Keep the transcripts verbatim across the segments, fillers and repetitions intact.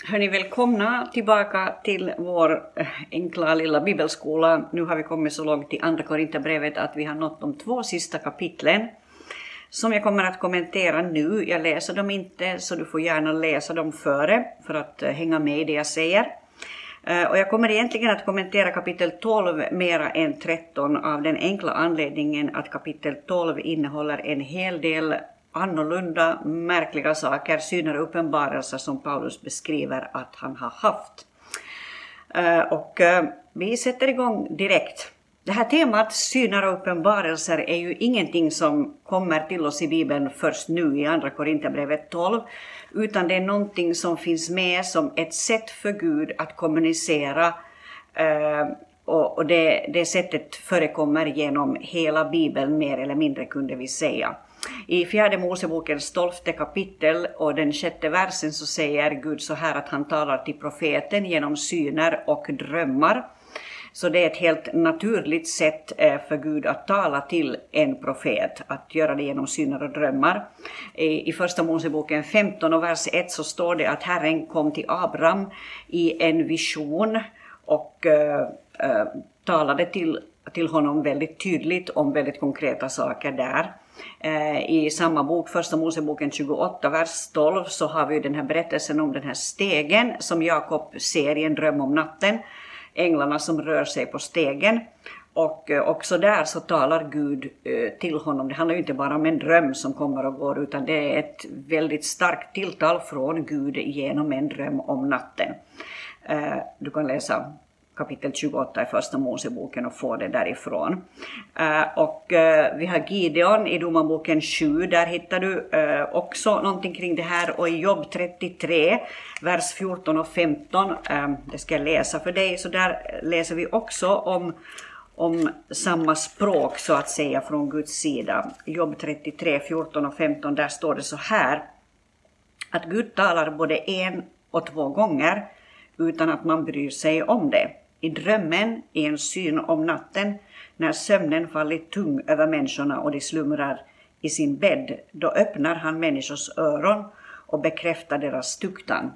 Hörni, välkomna tillbaka till vår enkla lilla bibelskola. Nu har vi kommit så långt i andra Korinthierbrevet att vi har nått de två sista kapitlen som jag kommer att kommentera nu. Jag läser dem inte, så du får gärna läsa dem före för att hänga med i det jag säger. Och jag kommer egentligen att kommentera kapitel tolv mera än tretton av den enkla anledningen att kapitel tolv innehåller en hel del annorlunda, märkliga saker, syner och uppenbarelser som Paulus beskriver att han har haft. Och vi sätter igång direkt. Det här temat, syner och uppenbarelser, är ju ingenting som kommer till oss i Bibeln först nu i andra Korinthierbrevet tolv, utan det är någonting som finns med som ett sätt för Gud att kommunicera, och det, det sättet förekommer genom hela Bibeln mer eller mindre, kunde vi säga. I fjärde Mosebokens tolfte kapitel och den sjätte versen så säger Gud så här att han talar till profeten genom syner och drömmar. Så det är ett helt naturligt sätt för Gud att tala till en profet, att göra det genom syner och drömmar. I första Moseboken femton och vers ett så står det att Herren kom till Abraham i en vision och äh, talade till, till honom väldigt tydligt om väldigt konkreta saker där. I samma bok, första Moseboken tjugoåtta, vers tolv, så har vi den här berättelsen om den här stegen som Jakob ser i en dröm om natten. Änglarna som rör sig på stegen. Och också där så talar Gud till honom. Det handlar ju inte bara om en dröm som kommer och går, utan det är ett väldigt starkt tilltal från Gud genom en dröm om natten. Du kan läsa kapitel tjugoåtta i första Moseboken och få det därifrån. Uh, och uh, vi har Gideon i Domarboken sju, där hittar du uh, också någonting kring det här. Och i Jobb trettiotre, vers fjorton och femton, uh, det ska jag läsa för dig, så där läser vi också om, om samma språk så att säga från Guds sida. Jobb trettiotre, fjorton och femton, där står det så här, att Gud talar både en och två gånger utan att man bryr sig om det. I drömmen, i en syn om natten, när sömnen fallit tung över människorna och de slumrar i sin bädd, då öppnar han människors öron och bekräftar deras tuktan.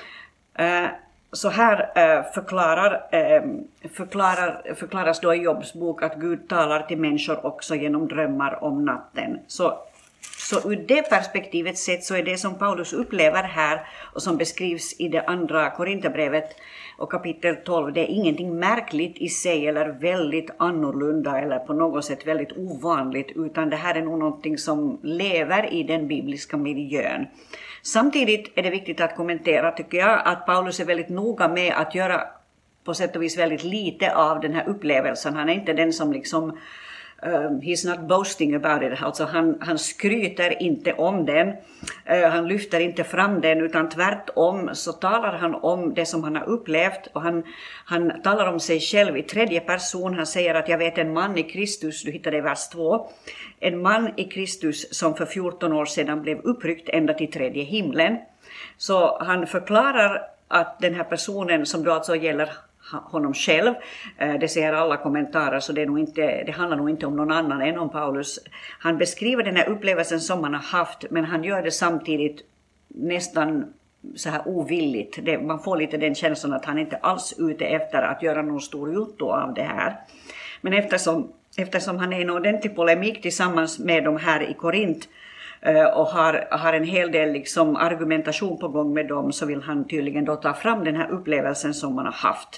Så här förklarar, förklarar, förklaras då i Jobs bok att Gud talar till människor också genom drömmar om natten. Så Så ur det perspektivet sett så är det som Paulus upplever här och som beskrivs i det andra Korinthierbrevet och kapitel tolv, det är ingenting märkligt i sig eller väldigt annorlunda eller på något sätt väldigt ovanligt, utan det här är nog någonting som lever i den bibliska miljön. Samtidigt är det viktigt att kommentera, tycker jag, att Paulus är väldigt noga med att göra på sätt och vis väldigt lite av den här upplevelsen. Han är inte den som liksom Uh, he's not boasting about it. Alltså han, han skryter inte om den. Uh, han lyfter inte fram den, utan tvärtom så talar han om det som han har upplevt. Och han, han talar om sig själv i tredje person. Han säger att jag vet en man i Kristus, du hittar det i vers två. En man i Kristus som för fjorton år sedan blev uppryckt ända till tredje himlen. Så han förklarar att den här personen som då alltså gäller honom själv, det säger alla kommentarer, så det, är nog inte, det handlar nog inte om någon annan än om Paulus. Han beskriver den här upplevelsen som han har haft, men han gör det samtidigt nästan så här ovilligt. Det, man får lite den känslan att han inte alls är ute efter att göra någon stor jotto av det här. Men eftersom, eftersom han är i en ordentlig polemik tillsammans med de här i Korint och har, har en hel del liksom argumentation på gång med dem, så vill han tydligen då ta fram den här upplevelsen som man har haft.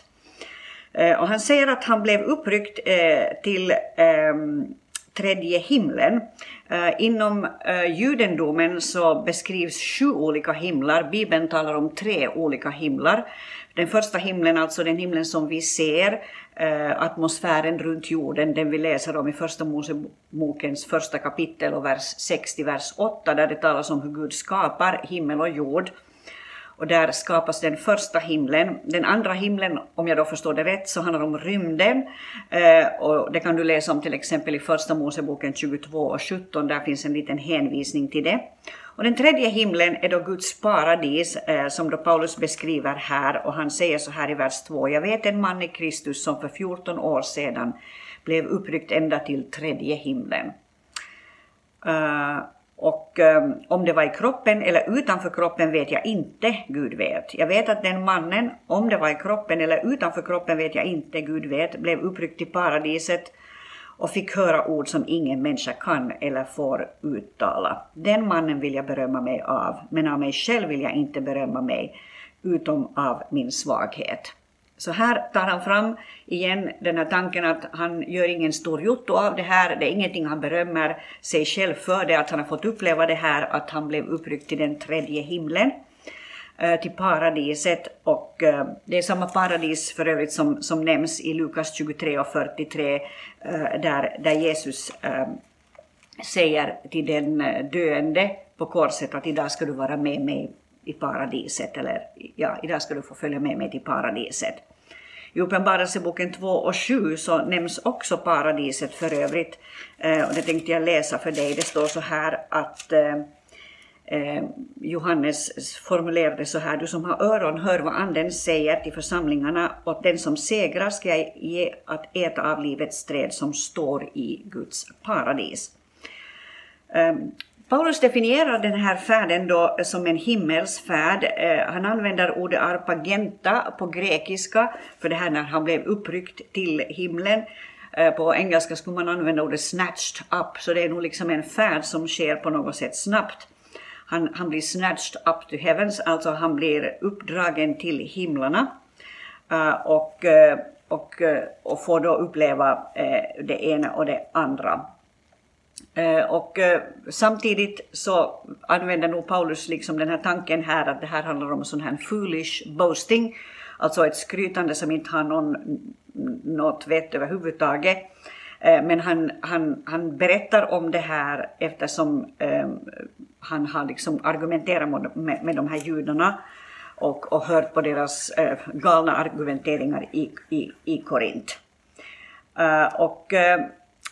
Och han säger att han blev uppryckt eh, till eh, tredje himlen. Eh, inom eh, judendomen så beskrivs sju olika himlar. Bibeln talar om tre olika himlar. Den första himlen, alltså den himlen som vi ser, eh, atmosfären runt jorden, den vi läser om i första Mosebokens första kapitel och vers sex till vers åtta, där det talas om hur Gud skapar himmel och jord. Och där skapas den första himlen. Den andra himlen, om jag då förstår det rätt, så handlar om rymden. Eh, och det kan du läsa om till exempel i första Moseboken tjugotvå och sjutton. Där finns en liten hänvisning till det. Och den tredje himlen är då Guds paradis, eh, som då Paulus beskriver här. Och han säger så här i vers två. Jag vet en man i Kristus som för fjorton år sedan blev uppryckt ända till tredje himlen. Uh, Och um, om det var i kroppen eller utanför kroppen vet jag inte, Gud vet. Jag vet att den mannen, om det var i kroppen eller utanför kroppen vet jag inte, Gud vet, blev uppryckt i paradiset och fick höra ord som ingen människa kan eller får uttala. Den mannen vill jag berömma mig av, men av mig själv vill jag inte berömma mig, utom av min svaghet. Så här tar han fram igen den här tanken att han gör ingen stor jotto av det här. Det är ingenting han berömmer sig själv för, det att han har fått uppleva det här, att han blev uppryckt till den tredje himlen, till paradiset. Och det är samma paradis för övrigt som, som nämns i Lukas tjugotre och fyrtiotre, där, där Jesus säger till den döende på korset att idag ska du vara med mig i paradiset, eller ja, idag ska du få följa med mig till paradiset. I Uppenbarelseboken två och sju så nämns också paradiset för övrigt, och det tänkte jag läsa för dig. Det står så här att eh, Johannes formulerade så här: du som har öron, hör vad anden säger till församlingarna, och den som segrar ska jag ge att äta av livets träd som står i Guds paradis. Eh, Paulus definierar den här färden då som en himmelsfärd. Eh, han använder ordet arpagenta på grekiska för det här när han blev uppryckt till himlen. Eh, på engelska skulle man använda ordet snatched up, så det är nog liksom en färd som sker på något sätt snabbt. Han, han blir snatched up to heavens, alltså han blir uppdragen till himlarna eh, och, eh, och, och får då uppleva eh, det ena och det andra. Uh, och uh, samtidigt så använder nog Paulus liksom den här tanken här att det här handlar om sån här foolish boasting, alltså ett skrytande som inte har någon, något vett överhuvudtaget. Uh, men han, han, han berättar om det här eftersom uh, han har liksom argumenterat med, med, med de här judarna och, och hört på deras uh, galna argumenteringar i, i, i Korint. Uh, och uh,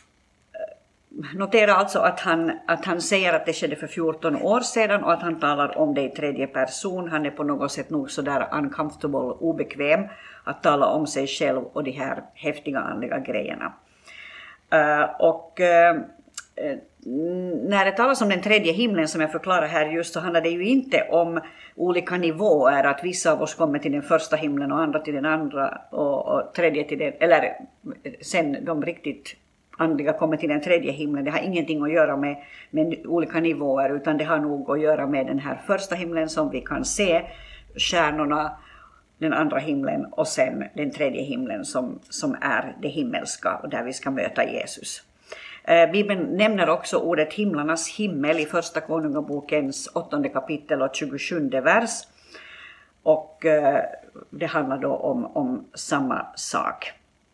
Notera alltså att han, att han säger att det skedde för fjorton år sedan och att han talar om det i tredje person. Han är på något sätt nog sådär uncomfortable, obekväm att tala om sig själv och de här häftiga andliga grejerna. Uh, och uh, när det talas om den tredje himlen som jag förklarar här just, så handlar det ju inte om olika nivåer, att vissa av oss kommer till den första himlen och andra till den andra och, och tredje till den, eller sen de riktigt andliga kommer till den tredje himlen. Det har ingenting att göra med, med olika nivåer, utan det har nog att göra med den här första himlen som vi kan se, stjärnorna, den andra himlen och sen den tredje himlen som, som är det himmelska och där vi ska möta Jesus. Eh, Bibeln nämner också ordet himlarnas himmel i första konungabokens åttonde kapitel och tjugosjunde vers, och eh, det handlar då om, om samma sak.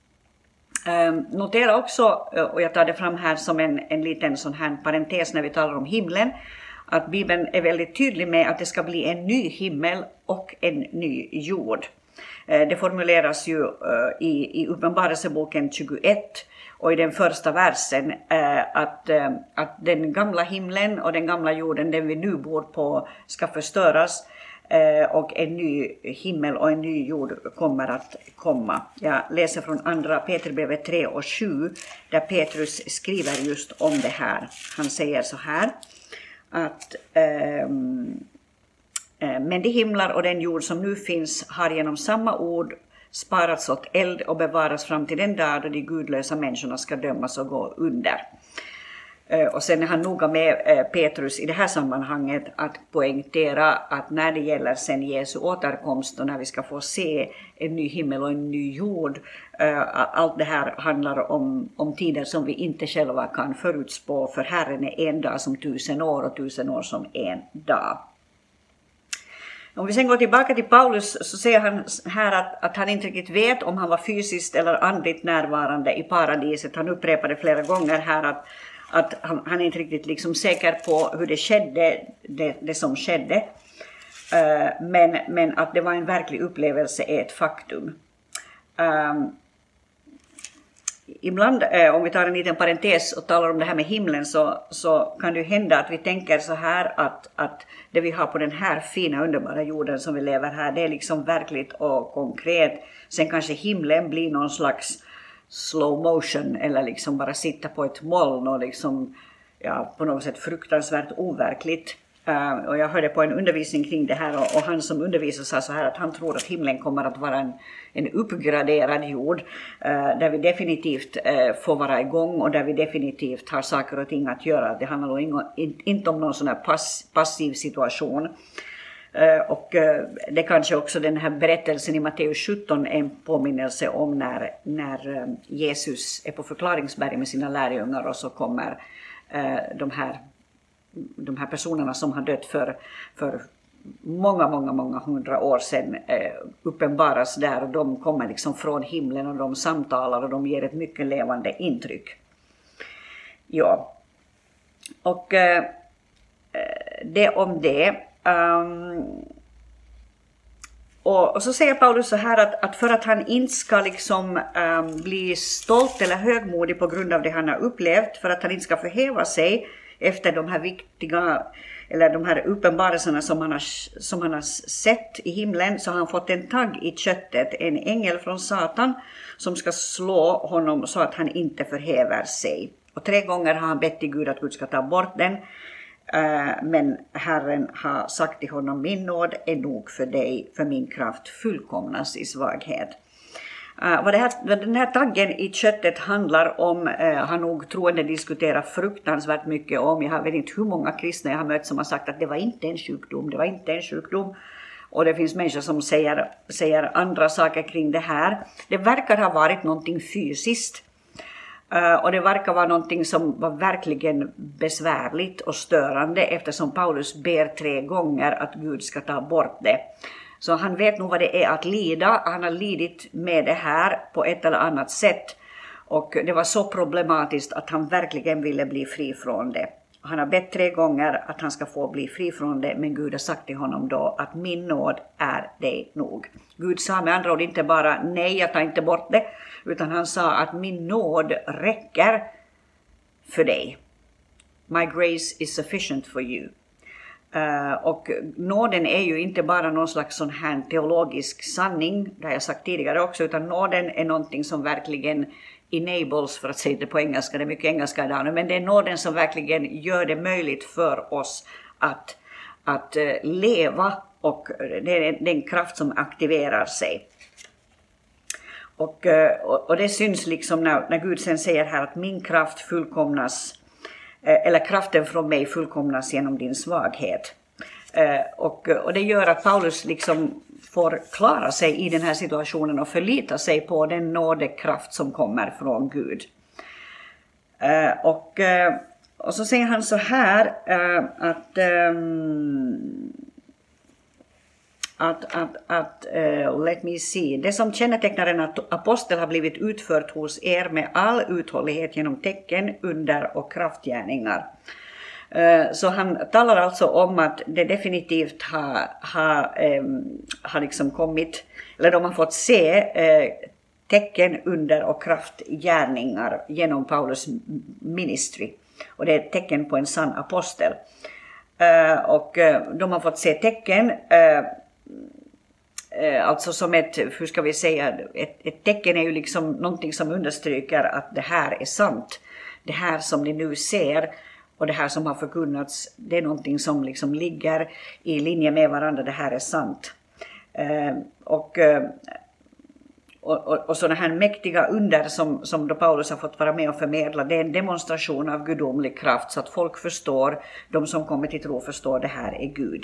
Um, notera också, och jag tar det fram här som en, en liten sån här parentes när vi talar om himlen, att Bibeln är väldigt tydlig med att det ska bli en ny himmel och en ny jord. Uh, det formuleras ju uh, i, i Uppenbarelseboken tjugoett och i den första versen uh, att, uh, att den gamla himlen och den gamla jorden, den vi nu bor på, ska förstöras. Och en ny himmel och en ny jord kommer att komma. Jag läser från andra Petrusbrevet tre och sju där Petrus skriver just om det här. Han säger så här att ähm, äh, men de himlar och den jord som nu finns har genom samma ord sparats åt eld och bevaras fram till den dag då de gudlösa människorna ska dömas och gå under. Och sen är han noga med Petrus i det här sammanhanget att poängtera att när det gäller sen Jesu återkomst och när vi ska få se en ny himmel och en ny jord, allt det här handlar om, om tider som vi inte själva kan förutspå, för Herren är en dag som tusen år och tusen år som en dag. Om vi sen går tillbaka till Paulus så säger han här att, att han inte riktigt vet om han var fysiskt eller andligt närvarande i paradiset. Han upprepade flera gånger här att att han, han är inte riktigt liksom säker på hur det skedde, det, det som skedde. Uh, men, men att det var en verklig upplevelse är ett faktum. Um, ibland, uh, om vi tar en liten parentes och talar om det här med himlen, så, så kan det ju hända att vi tänker så här att, att det vi har på den här fina underbara jorden som vi lever här, det är liksom verkligt och konkret. Sen kanske himlen blir någon slags slow motion eller liksom bara sitta på ett moln och liksom ja, på något sätt fruktansvärt overkligt. Uh, och jag hörde på en undervisning kring det här och, och han som undervisar sa så här att han tror att himlen kommer att vara en, en uppgraderad jord uh, där vi definitivt uh, får vara igång och där vi definitivt har saker och ting att göra. Det handlar nog in, in, inte om någon sån här pass, passiv situation. Uh, och uh, det kanske också den här berättelsen i Matteus sjutton är en påminnelse om när, när uh, Jesus är på förklaringsberg med sina lärjungar och så kommer uh, de här de här personerna som har dött för, för många, många, många hundra år sedan eh, uppenbaras där och de kommer liksom från himlen och de samtalar och de ger ett mycket levande intryck. Ja, och eh, det om det. Um, och, och så säger Paulus så här att, att för att han inte ska liksom um, bli stolt eller högmodig på grund av det han har upplevt, för att han inte ska förhäva sig efter de här viktiga, eller de här uppenbarelserna som han har, som han har sett i himlen, så har han fått en tagg i köttet, en ängel från Satan som ska slå honom så att han inte förhäver sig. Och tre gånger har han bett till Gud att Gud ska ta bort den, men Herren har sagt till honom: min nåd är nog för dig, för min kraft fullkomnas i svaghet. Uh, vad, det här, vad den här taggen i köttet handlar om uh, har nog troende diskuterat fruktansvärt mycket om. Jag vet inte hur många kristna jag har mött som har sagt att det var inte en sjukdom, det var inte en sjukdom. Och det finns människor som säger, säger andra saker kring det här. Det verkar ha varit någonting fysiskt. Uh, och det verkar vara någonting som var verkligen besvärligt och störande, eftersom Paulus ber tre gånger att Gud ska ta bort det. Så han vet nog vad det är att lida. Han har lidit med det här på ett eller annat sätt. Och det var så problematiskt att han verkligen ville bli fri från det. Han har bett tre gånger att han ska få bli fri från det. Men Gud har sagt till honom då att min nåd är dig nog. Gud sa med andra ord inte bara nej, jag tar inte bort det. Utan han sa att min nåd räcker för dig. My grace is sufficient for you. Uh, och nåden är ju inte bara någon slags sån här teologisk sanning, det har jag sagt tidigare också, utan nåden är någonting som verkligen enables, för att säga det på engelska, det är mycket engelska idag nu, men det är nåden som verkligen gör det möjligt för oss att, att uh, leva, och det är den kraft som aktiverar sig. Och, uh, och, och det syns liksom när, när Gud sen säger här att min kraft fullkomnas, eller kraften från mig fullkomnas genom din svaghet. Och, och det gör att Paulus liksom får klara sig i den här situationen och förlita sig på den nådekraft som kommer från Gud. Och, och så säger han så här att Att, att, att uh, let me see. Det som kännetecknar en apostel har blivit utfört hos er med all uthållighet genom tecken, under och kraftgärningar. Uh, så han talar alltså om att det definitivt har, har, um, har liksom kommit, eller de har fått se uh, tecken, under och kraftgärningar genom Paulus ministry. Och det är ett tecken på en sann apostel. Uh, och uh, de har fått se tecken, uh, alltså som ett, hur ska vi säga, ett, ett tecken är ju liksom någonting som understryker att det här är sant. Det här som ni nu ser och det här som har förkunnats, det är någonting som liksom ligger i linje med varandra, det här är sant. Eh, och, och, och, och sådana här mäktiga under som, som då Paulus har fått vara med och förmedla, det är en demonstration av gudomlig kraft, så att folk förstår, de som kommer till tro förstår, det här är Gud.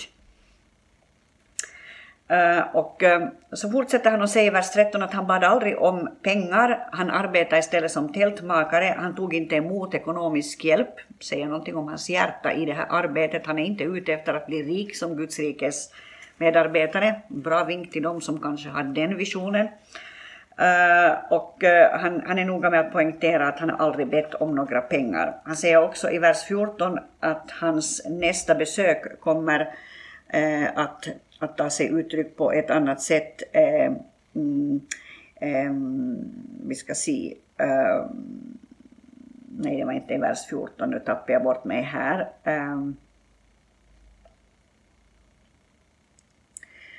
Uh, och uh, så fortsätter han och säger i vers tretton att han bad aldrig om pengar, han arbetade istället som tältmakare, han tog inte emot ekonomisk hjälp, säger någonting om hans hjärta i det här arbetet, han är inte ute efter att bli rik som Guds rikes medarbetare. Bra vink till dem som kanske har den visionen. Uh, och uh, han, han är noga med att poängtera att han aldrig bett om några pengar. Han säger också i vers fjorton att hans nästa besök kommer uh, att att ta sig uttryck på ett annat sätt. Eh, mm, eh, vi ska se. Eh, nej, det var inte i vers fjorton. Nu tappar jag bort mig här. Eh,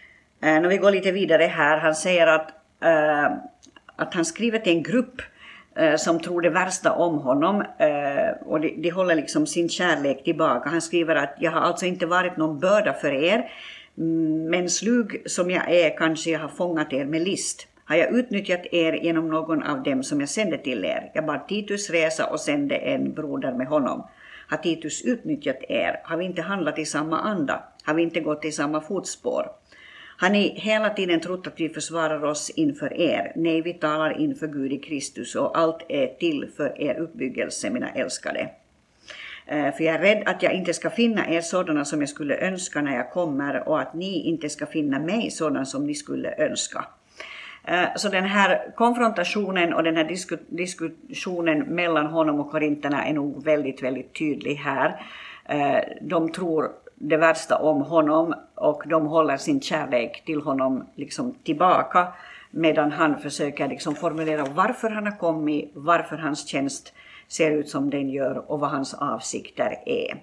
när vi går lite vidare här. Han säger att, eh, att han skriver till en grupp som tror det värsta om honom, och de, de håller liksom sin kärlek tillbaka. Han skriver att jag har alltså inte varit någon börda för er, men slug som jag är kanske jag har fångat er med list. Har jag utnyttjat er genom någon av dem som jag sände till er? Jag bad Titus resa och sände en broder med honom. Har Titus utnyttjat er? Har vi inte handlat i samma anda? Har vi inte gått i samma fotspår? Har ni hela tiden trott att vi försvarar oss inför er? Nej, vi talar inför Gud i Kristus och allt är till för er uppbyggelse, mina älskade. För jag är rädd att jag inte ska finna er sådana som jag skulle önska när jag kommer, och att ni inte ska finna mig sådana som ni skulle önska. Så den här konfrontationen och den här disku, diskussionen mellan honom och korinterna är nog väldigt, väldigt tydlig här. De tror det värsta om honom och de håller sin kärlek till honom liksom tillbaka, medan han försöker liksom formulera varför han har kommit, varför hans tjänst ser ut som den gör och vad hans avsikter är.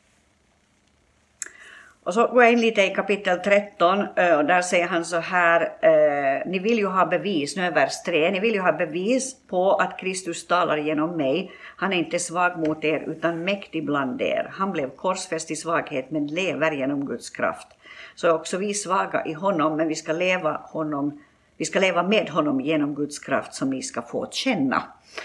Och så går jag in lite i kapitel tretton, och där säger han så här, eh, ni vill ju ha bevis, nu är vers tre, ni vill ju ha bevis på att Kristus talar genom mig. Han är inte svag mot er utan mäktig bland er. Han blev korsfäst i svaghet men lever genom Guds kraft. Så är också vi svaga i honom, men vi ska leva, honom, vi ska leva med honom genom Guds kraft som ni ska få känna.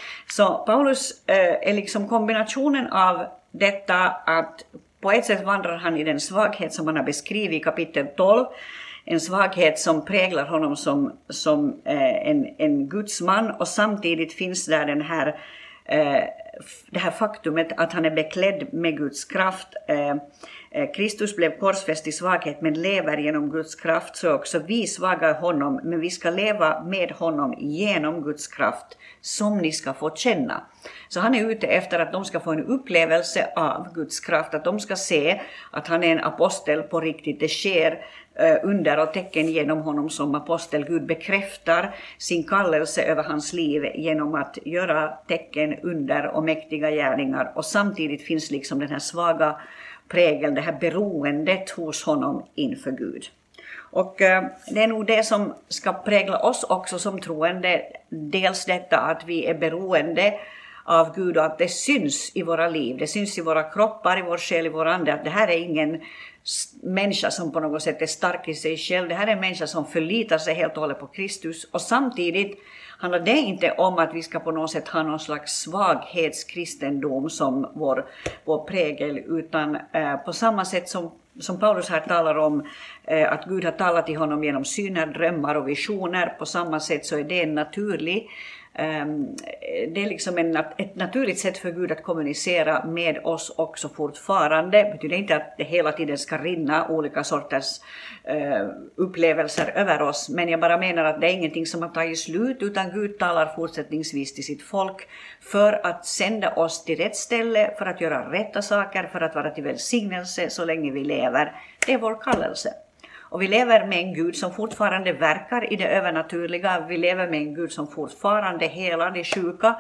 Så Paulus eh, är liksom kombinationen av detta att på ett sätt vandrar han i den svaghet som han har beskrivit i kapitel tolv. En svaghet som präglar honom som, som eh, en, en gudsman, och samtidigt finns där den här, eh, det här faktumet att han är beklädd med Guds kraft. Eh, Kristus blev korsfäst i svaghet men lever genom Guds kraft, så också vi svaga honom, men vi ska leva med honom genom Guds kraft som ni ska få känna. Så han är ute efter att de ska få en upplevelse av Guds kraft, att de ska se att han är en apostel på riktigt. Det sker under och tecken genom honom som apostel. Gud bekräftar sin kallelse över hans liv genom att göra tecken, under och mäktiga gärningar, och samtidigt finns liksom den här svaga prägeln, det här beroendet hos honom inför Gud. Och eh, det är nog det som ska prägla oss också som troende. Dels detta att vi är beroende av Gud och att det syns i våra liv. Det syns i våra kroppar, i vår själ, i vår ande. Att det här är ingen människa som på något sätt är stark i sig själv. Det här är en människa som förlitar sig helt och hållet på Kristus. Och samtidigt handlar det inte om att vi ska på något sätt ha någon slags svaghetskristendom som vår, vår prägel. Utan eh, på samma sätt som Som Paulus här talar om eh, att Gud har talat till honom genom syner, drömmar och visioner. På samma sätt så är det en naturlig, eh, det är liksom en, ett naturligt sätt för Gud att kommunicera med oss också fortfarande. Det betyder inte att det hela tiden ska rinna olika sorters eh, upplevelser över oss. Men jag bara menar att det är ingenting som har tagit slut, utan Gud talar fortsättningsvis till sitt folk för att sända oss till rätt ställe, för att göra rätta saker, för att vara till välsignelse så länge vi lever. Det är vår kallelse. Och vi lever med en Gud som fortfarande verkar i det övernaturliga. Vi lever med en Gud som fortfarande helar de sjuka,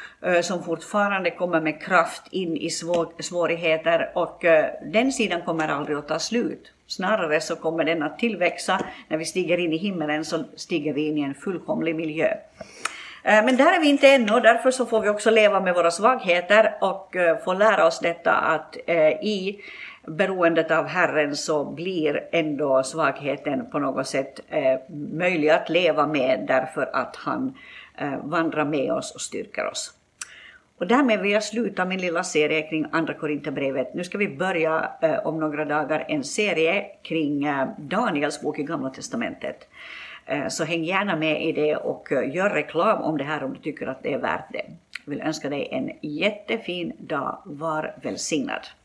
som fortfarande kommer med kraft in i svår, svårigheter, och den sidan kommer aldrig att ta slut. Snarare så kommer den att tillväxa. När vi stiger in i himmelen så stiger vi in i en fullkomlig miljö. Men där är vi inte ännu, och därför så får vi också leva med våra svagheter och få lära oss detta att i beroendet av Herren så blir ändå svagheten på något sätt möjlig att leva med, därför att han vandrar med oss och styrker oss. Och därmed vill jag sluta min lilla serie kring andra Korinthierbrevet. Nu ska vi börja eh, om några dagar en serie kring eh, Daniels bok i Gamla testamentet. Eh, så häng gärna med i det och eh, gör reklam om det här om du tycker att det är värt det. Jag vill önska dig en jättefin dag. Var välsignad.